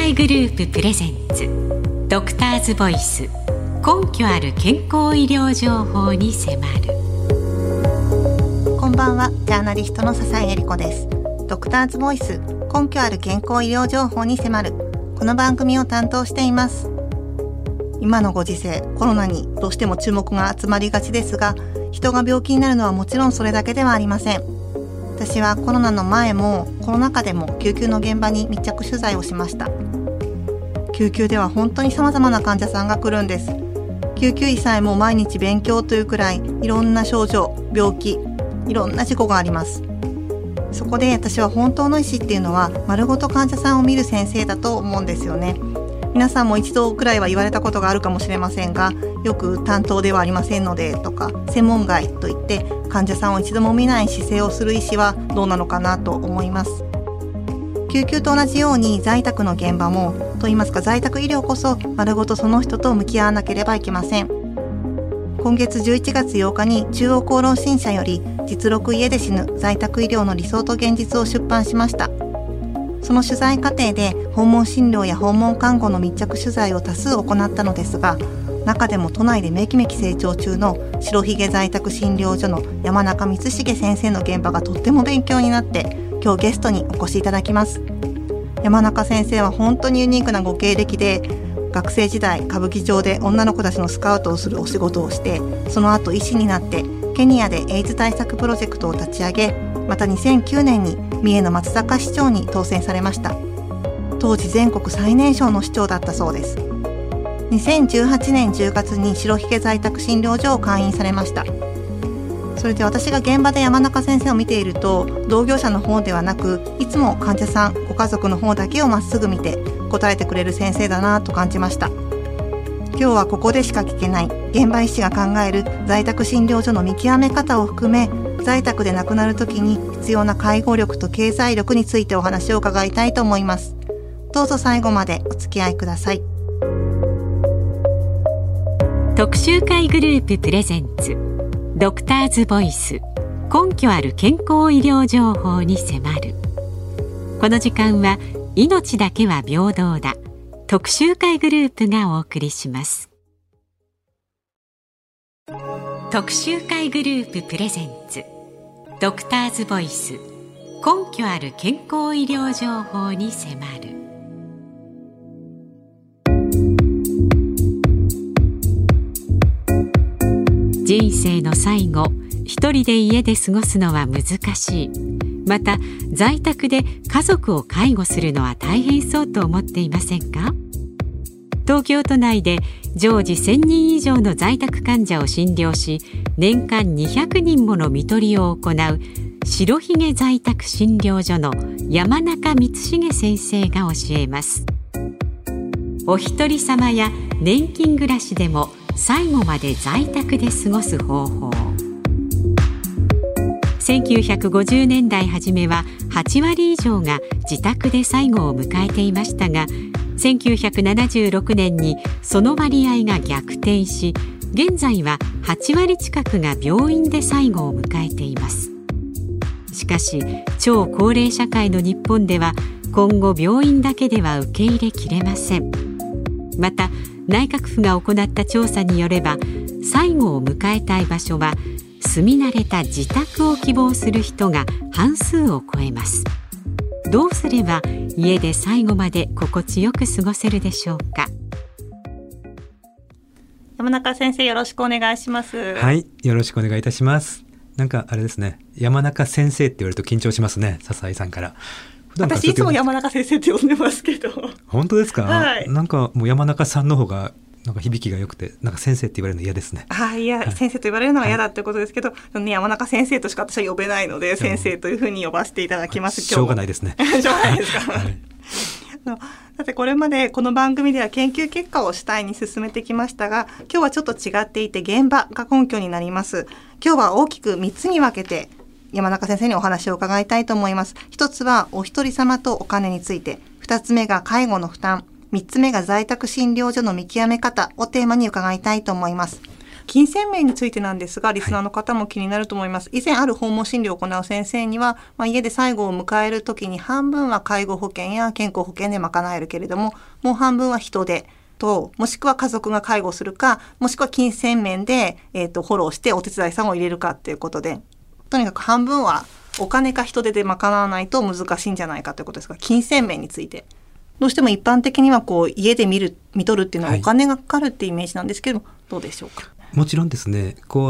会グループプレゼンツドクターズボイス、根拠ある健康医療情報に迫る。 こんばんは、ジャーナリストの笹井恵理子です。ドクターズボイス、根拠ある健康医療情報に迫る、この番組を担当しています。今のご時世、コロナにどうしても注目が集まりがちですが、人が病気になるのはもちろんそれだけではありません。私はコロナの前もコロナ禍でも救急の現場に密着取材をしました。救急では本当に様々な患者さんが来るんです。救急医さえも毎日勉強というくらい、いろんな症状、病気、いろんな事故があります。そこで私は本当の医師っていうのは丸ごと患者さんを見る先生だと思うんですよね。皆さんも一度くらいは言われたことがあるかもしれませんが、よく担当ではありませんのでとか専門外といって患者さんを一度も見ない姿勢をする医師はどうなのかなと思います。救急と同じように在宅の現場もといいますか、在宅医療こそ丸ごとその人と向き合わなければいけません。今月11月8日に中央厚労新社より実録家で死ぬ在宅医療の理想と現実を出版しました。その取材過程で訪問診療や訪問看護の密着取材を多数行ったのですが、中でも都内でめきめき成長中の白ひげ在宅診療所の山中光重先生の現場がとっても勉強になって、今日ゲストにお越しいただきます。山中先生は本当にユニークなご経歴で、学生時代歌舞伎町で女の子たちのスカウトをするお仕事をして、その後医師になってケニアでエイズ対策プロジェクトを立ち上げ、また2009年に三重の松阪市長に当選されました。当時全国最年少の市長だったそうです。2018年10月に白ひげ在宅診療所を開院されました。それで私が現場で山中先生を見ていると、同業者の方ではなく、いつも患者さんご家族の方だけをまっすぐ見て答えてくれる先生だなと感じました。今日はここでしか聞けない現場医師が考える在宅診療所の見極め方を含め、在宅で亡くなるときに必要な介護力と経済力についてお話を伺いたいと思います。どうぞ最後までお付き合いください。 特集会グループプレゼンツドクターズボイス、根拠ある健康医療情報に迫る。この時間は命だけは平等だ、特集会グループがお送りします。特集会グループプレゼンツドクターズボイス、根拠ある健康医療情報に迫る。人生の最後、一人で家で過ごすのは難しい。また在宅で家族を介護するのは大変そうと思っていませんか？東京都内で常時1000人以上の在宅患者を診療し、年間200人もの看取りを行う白ひげ在宅診療所の山中光重先生が教えます。お一人様や年金暮らしでも最後まで在宅で過ごす方法。1950年代初めは8割以上が自宅で最後を迎えていましたが、1976年にその割合が逆転し、現在は8割近くが病院で最後を迎えています。しかし超高齢社会の日本では今後病院だけでは受け入れきれません。また内閣府が行った調査によれば、最後を迎えたい場所は住み慣れた自宅を希望する人が半数を超えます。どうすれば家で最後まで心地よく過ごせるでしょうか。 山中先生、よろしくお願いします。 はい、よろしくお願いいたします。なんかあれですね、山中先生って言われると緊張しますね、笹井さんから。 私いつも山中先生って呼んでますけど。 本当ですか？ はい、 なんかもう山中さんの方がなんか響きが良くて、なんか先生って言われるの嫌ですね。 いや、はい、先生と言われるのは嫌だってことですけど、山中先生としか私は呼べないので、先生というふうに呼ばせていただきます。 しょうがないですね。 しょうがないですか。はい、さてこれまでこの番組では研究結果を主体に進めてきましたが、今日はちょっと違っていて現場が根拠になります。今日は大きく3つに分けて山中先生にお話を伺いたいと思います。一つはお一人様とお金について、二つ目が介護の負担、3つ目が在宅診療所の見極め方をテーマに伺いたいと思います。 金銭面についてなんですが、リスナーの方も気になると思います。以前ある訪問診療を行う先生には、家で最後を迎える時に半分は介護保険や健康保険で賄えるけれども、もう半分は人手と、もしくは家族が介護するか、もしくは金銭面で、フォローしてお手伝いさんを入れるかっていうことで、とにかく半分はお金か人手で賄わないと難しいんじゃないかということですが、金銭面についてどうしても一般的には家で見とるっていうのはお金がかかるっていうイメージなんですけども、どうでしょうか。 もちろんですね、例えば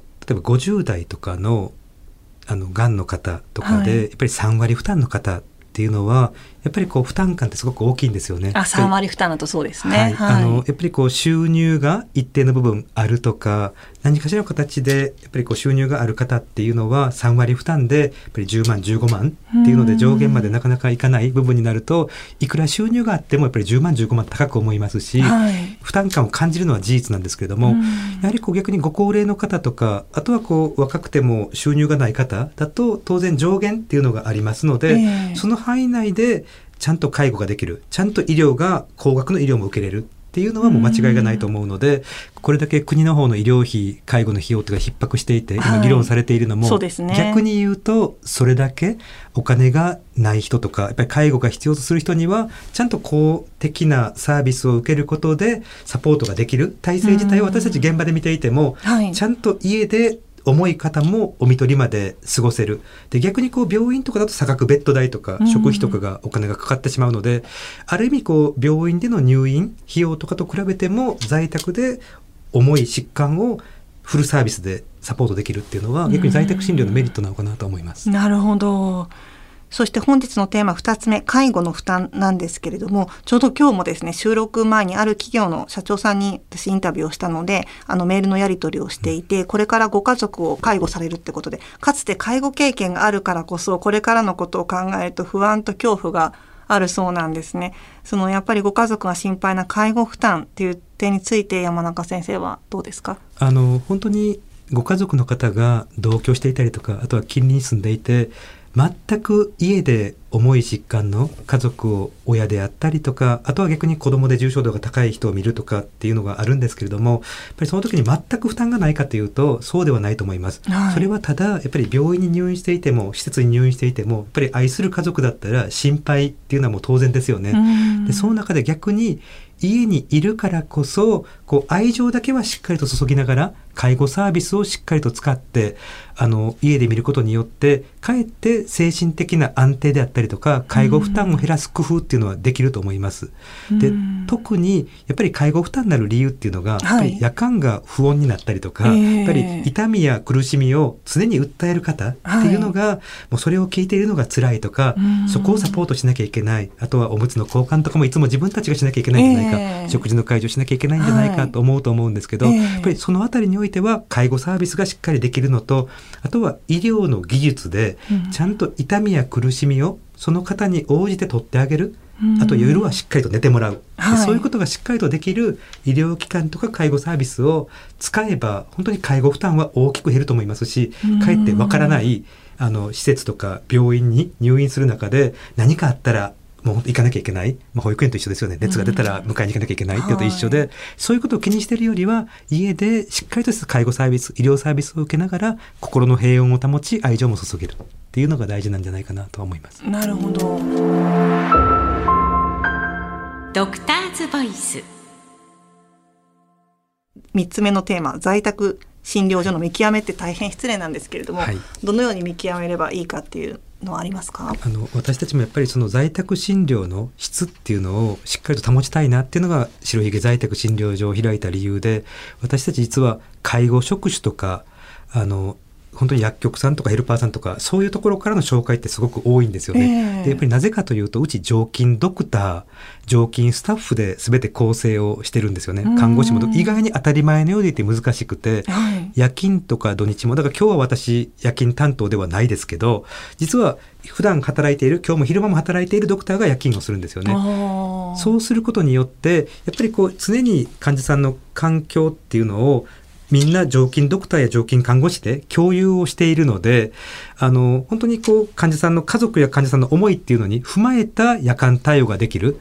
50代とかのがんの方とかで、やっぱり3割負担の方っていうのはやっぱり負担感ってすごく大きいんですよね。 3割負担だとそうですね。 やっぱり収入が一定の部分あるとか、何かしらの形でやっぱり収入がある方っていうのは3割負担でやっぱり10万15万っていうので上限までなかなかいかない部分になると、いくら収入があってもやっぱり10万15万高く思いますし、負担感を感じるのは事実なんですけれども、やはり逆にご高齢の方とか、あとは若くても収入がない方だと当然上限っていうのがありますので、その範囲内でちゃんと介護ができる、ちゃんと高額の医療も受けれるっていうのはもう間違いがないと思うので、これだけ国の方の医療費、介護の費用とか逼迫していて今議論されているのも、逆に言うとそれだけお金がない人とか、やっぱり介護が必要とする人にはちゃんと公的なサービスを受けることでサポートができる体制自体を私たち現場で見ていても、ちゃんと家で重い方もお看取りまで過ごせる。で、逆に病院とかだと差額ベッド代とか食費とかがお金がかかってしまうので、ある意味病院での入院費用とかと比べても在宅で重い疾患をフルサービスでサポートできるっていうのは逆に在宅診療のメリットなのかなと思います。 なるほど。そして本日のテーマ2つ目、介護の負担なんですけれども、ちょうど今日もですね、収録前にある企業の社長さんに私インタビューをしたので、メールのやり取りをしていて、これからご家族を介護されるってことで、かつて介護経験があるからこそこれからのことを考えると不安と恐怖があるそうなんですね。やっぱりご家族が心配な介護負担っていう点について山中先生はどうですか。 本当にご家族の方が同居していたりとか、あとは近隣に住んでいて全く家で重い疾患の家族を親であったりとか、あとは逆に子供で重症度が高い人を見るとかっていうのがあるんですけれども、やっぱりその時に全く負担がないかというとそうではないと思います。それはただやっぱり病院に入院していても施設に入院していてもやっぱり愛する家族だったら心配っていうのはもう当然ですよね。で、その中で逆に家にいるからこそ愛情だけはしっかりと注ぎながら介護サービスをしっかりと使って家で見ることによってかえって精神的な安定であったりとか介護負担を減らす工夫っていうのはできると思います。で、特にやっぱり介護負担になる理由っていうのが、やっぱり夜間が不穏になったりとか、やっぱり痛みや苦しみを常に訴える方っていうのが、もうそれを聞いているのが辛いとか、そこをサポートしなきゃいけない、あとはおむつの交換とかもいつも自分たちがしなきゃいけないんじゃないか、食事の介助しなきゃいけないんじゃないかと思うんですけど、やっぱりそのあたりにおいては介護サービスがしっかりできるのと、あとは医療の技術でちゃんと痛みや苦しみをその方に応じて取ってあげる、あと夜はしっかりと寝てもらう、そういうことがしっかりとできる医療機関とか介護サービスを使えば本当に介護負担は大きく減ると思いますし、かえってわからない施設とか病院に入院する中で何かあったらもう行かなきゃいけない、保育園と一緒ですよね。熱が出たら迎えに行かなきゃいけないっていうのと一緒で、そういうことを気にしているよりは家でしっかりとした介護サービス、医療サービスを受けながら心の平穏を保ち愛情も注げるっていうのが大事なんじゃないかなと思います。 なるほど。 ドクターズボイス。 3つ目のテーマ、在宅診療所の見極めって大変失礼なんですけれども、どのように見極めればいいかっていうのはありますか？ 私たちもやっぱりその在宅診療の質っていうのをしっかりと保ちたいなっていうのが白ひげ在宅診療所を開いた理由で、私たち実は介護職種とか本当に薬局さんとかヘルパーさんとかそういうところからの紹介ってすごく多いんですよね。でやっぱりなぜかというと、うち常勤ドクター、常勤スタッフで全て構成をしてるんですよね。看護師も意外に当たり前のようでいて難しくて、夜勤とか土日も、だから今日は私夜勤担当ではないですけど、実は普段働いている、今日も昼間も働いているドクターが夜勤をするんですよね。そうすることによってやっぱり常に患者さんの環境っていうのをみんな常勤ドクターや常勤看護師で共有をしているので、本当に患者さんの家族や患者さんの思いっていうのに踏まえた夜間対応ができる。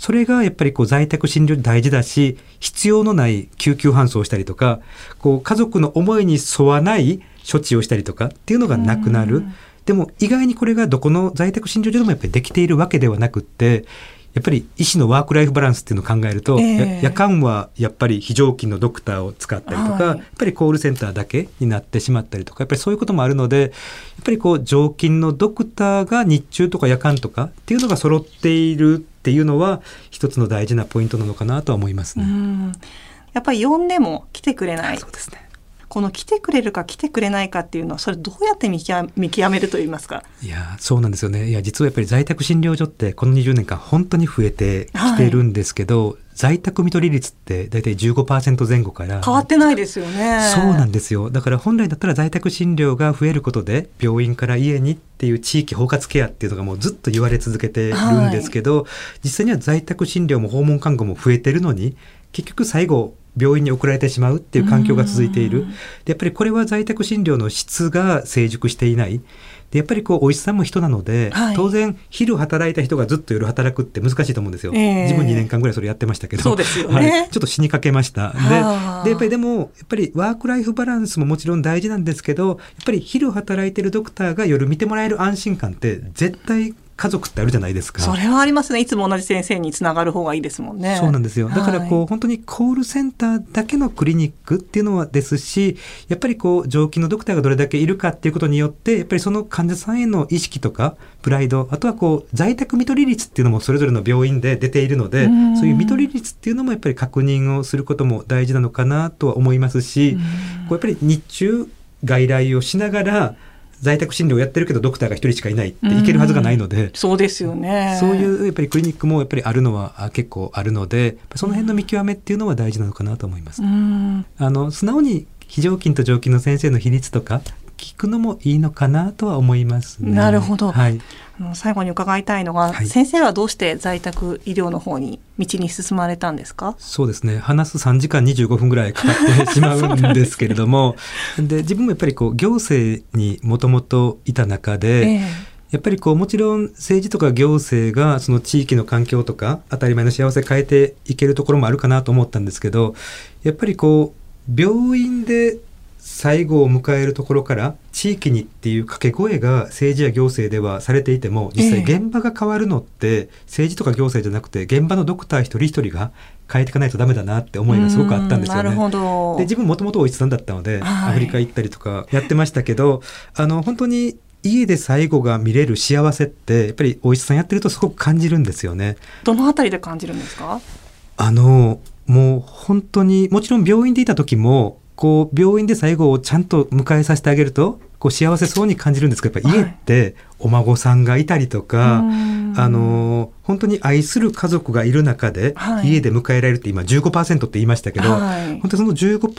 それがやっぱり在宅診療大事だし、必要のない救急搬送をしたりとか、家族の思いに沿わない処置をしたりとかっていうのがなくなる。でも意外にこれがどこの在宅診療所でもやっぱりできているわけではなくって、やっぱり医師のワークライフバランスっていうのを考えると、夜間はやっぱり非常勤のドクターを使ったりとか、やっぱりコールセンターだけになってしまったりとか、やっぱりそういうこともあるので、やっぱり常勤のドクターが日中とか夜間とかっていうのが揃っているっていうのは一つの大事なポイントなのかなとは思いますね。 やっぱり呼んでも来てくれない。 そうですね。 この来てくれるか来てくれないかっていうのは、それどうやって見極めると言いますか。 いや、そうなんですよね。いや、実はやっぱり在宅診療所ってこの20年間本当に増えてきてるんですけど、在宅看取り率ってだいたい 15% 前後から変わってないですよね。 そうなんですよ。だから本来だったら在宅診療が増えることで病院から家にっていう地域包括ケアっていうのがもうずっと言われ続けてるんですけど、実際には在宅診療も訪問看護も増えてるのに、結局最後病院に送られてしまうっていう環境が続いている。でやっぱりこれは在宅診療の質が成熟していない。でやっぱりお医者さんも人なので、当然昼働いた人がずっと夜働くって難しいと思うんですよ。自分2年間ぐらいそれやってましたけど、 そうですよね。 ちょっと死にかけました。でやっぱりでもやっぱりワークライフバランスももちろん大事なんですけど、やっぱり昼働いてるドクターが夜見てもらえる安心感って絶対家族ってあるじゃないですか。 それはありますね。いつも同じ先生につながる方がいいですもんね。 そうなんですよ。だから本当にコールセンターだけのクリニックっていうのはですし、やっぱり常勤のドクターがどれだけいるかっていうことによって、やっぱりその患者さんへの意識とかプライド、あとは在宅看取り率っていうのもそれぞれの病院で出ているので、そういう看取り率っていうのもやっぱり確認をすることも大事なのかなとは思いますし、やっぱり日中外来をしながら在宅診療をやってるけどドクターが一人しかいないっていけるはずがないので、 そうですよね。 そういうやっぱりクリニックもやっぱりあるのは結構あるので、その辺の見極めっていうのは大事なのかなと思います。素直に非常勤と常勤の先生の比率とか聞くのもいいのかなとは思いますね。 なるほど。最後に伺いたいのが、先生はどうして在宅医療の方に道に進まれたんですか？そうですね、 話す3時間25分ぐらいかかってしまうんですけれどもで自分もやっぱり行政にもともといた中で、やっぱりもちろん政治とか行政がその地域の環境とか当たり前の幸せ変えていけるところもあるかなと思ったんですけど、やっぱり病院で最後を迎えるところから地域にっていう掛け声が政治や行政ではされていても、実際現場が変わるのって政治とか行政じゃなくて現場のドクター一人一人が変えていかないとダメだなって思いがすごくあったんですよね。 なるほど。 で自分もともとお医者さんだったので、アフリカ行ったりとかやってましたけど、本当に家で最後が見れる幸せってやっぱりお医者さんやってるとすごく感じるんですよね。 どのあたりで感じるんですか？ もう本当にもちろん病院でいた時も病院で最後をちゃんと迎えさせてあげると幸せそうに感じるんですけど、やっぱ家ってお孫さんがいたりとか、本当に愛する家族がいる中で家で迎えられるって今 15% って言いましたけど、本当にその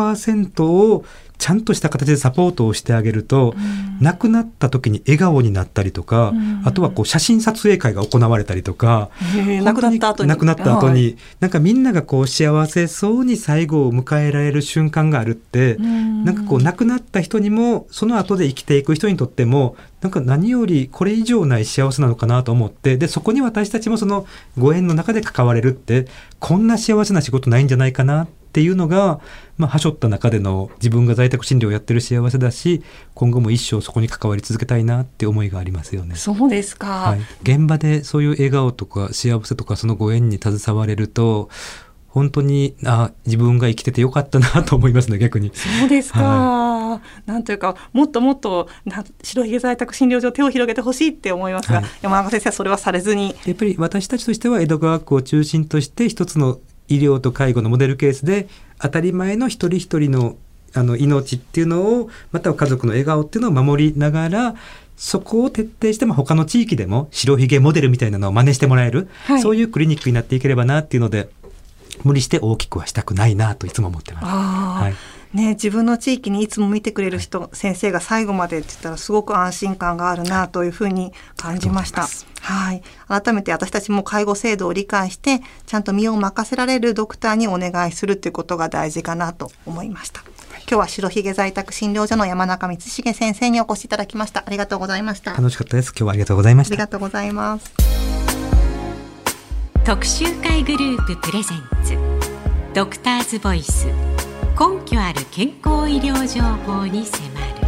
15% をちゃんとした形でサポートをしてあげると、亡くなった時に笑顔になったりとか、あとは写真撮影会が行われたりとか、 亡くなった後になんかみんなが幸せそうに最後を迎えられる瞬間があるって、なんか亡くなった人にもその後で生きていく人にとってもなんか何よりこれ以上ない幸せなのかなと思って、でそこに私たちもそのご縁の中で関われるって、こんな幸せな仕事ないんじゃないかなっていうのが、はしょった中での自分が在宅診療をやってる幸せだし、今後も一生そこに関わり続けたいなって思いがありますよね。 そうですか、 現場でそういう笑顔とか幸せとかそのご縁に携われると本当に自分が生きててよかったなと思いますね、逆に。 そうですか、なんというかもっともっと白ひげ在宅診療所手を広げてほしいって思いますが、山中先生はそれはされずに、 やっぱり私たちとしては江戸川区を中心として一つの医療と介護のモデルケースで当たり前の一人一人の命っていうのを、または家族の笑顔っていうのを守りながら、そこを徹底して他の地域でも白ひげモデルみたいなのを真似してもらえる、そういうクリニックになっていければなっていうので、無理して大きくはしたくないなといつも思ってます。 自分の地域にいつも見てくれる人、先生が最後までって言ったらすごく安心感があるなというふうに感じました。改めて私たちも介護制度を理解してちゃんと身を任せられるドクターにお願いするということが大事かなと思いました。今日は白ひげ在宅診療所の山中光重先生にお越しいただきました。ありがとうございました。 楽しかったです。今日はありがとうございました。 ありがとうございます。 特集会グループプレゼンツドクターズボイス、根拠ある健康医療情報に迫る。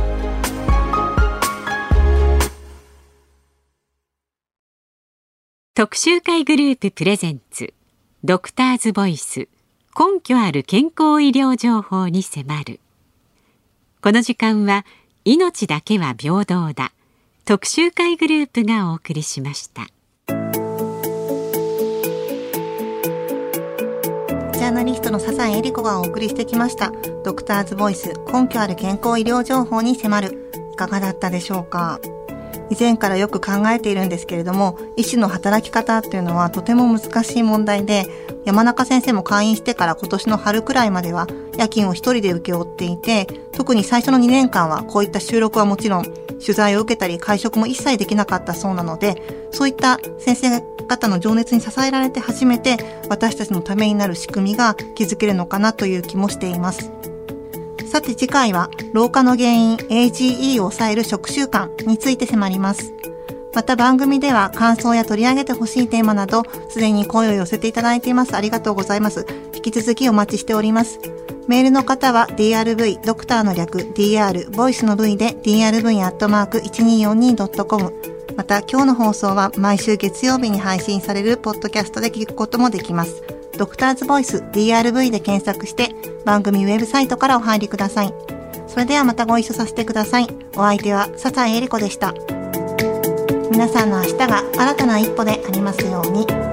特集会グループプレゼンツドクターズボイス、根拠ある健康医療情報に迫る。この時間は命だけは平等だ、特集会グループがお送りしました。 ジャーナリストの笹井恵理子がお送りしてきましたドクターズボイス、根拠ある健康医療情報に迫る。いかがだったでしょうか。以前からよく考えているんですけれども、医師の働き方っていうのはとても難しい問題で、山中先生も開院してから今年の春くらいまでは夜勤を一人で請け負っていて、特に最初の2年間はこういった収録はもちろん取材を受けたり会食も一切できなかったそうなので、そういった先生方の情熱に支えられて初めて私たちのためになる仕組みが築けるのかなという気もしています。さて次回は老化の原因 AGE を抑える食習慣について迫ります。また番組では感想や取り上げてほしいテーマなどすでに声を寄せていただいています。ありがとうございます。引き続きお待ちしております。メールの方は DRV ドクターの略 DR ボイスの V で drv@1242.com、 また今日の放送は毎週月曜日に配信されるポッドキャストで聞くこともできます。ドクターズボイス DRV で検索して番組ウェブサイトからお入りください。それではまたご一緒させてください。お相手は笹井恵理子でした。皆さんの明日が新たな一歩でありますように。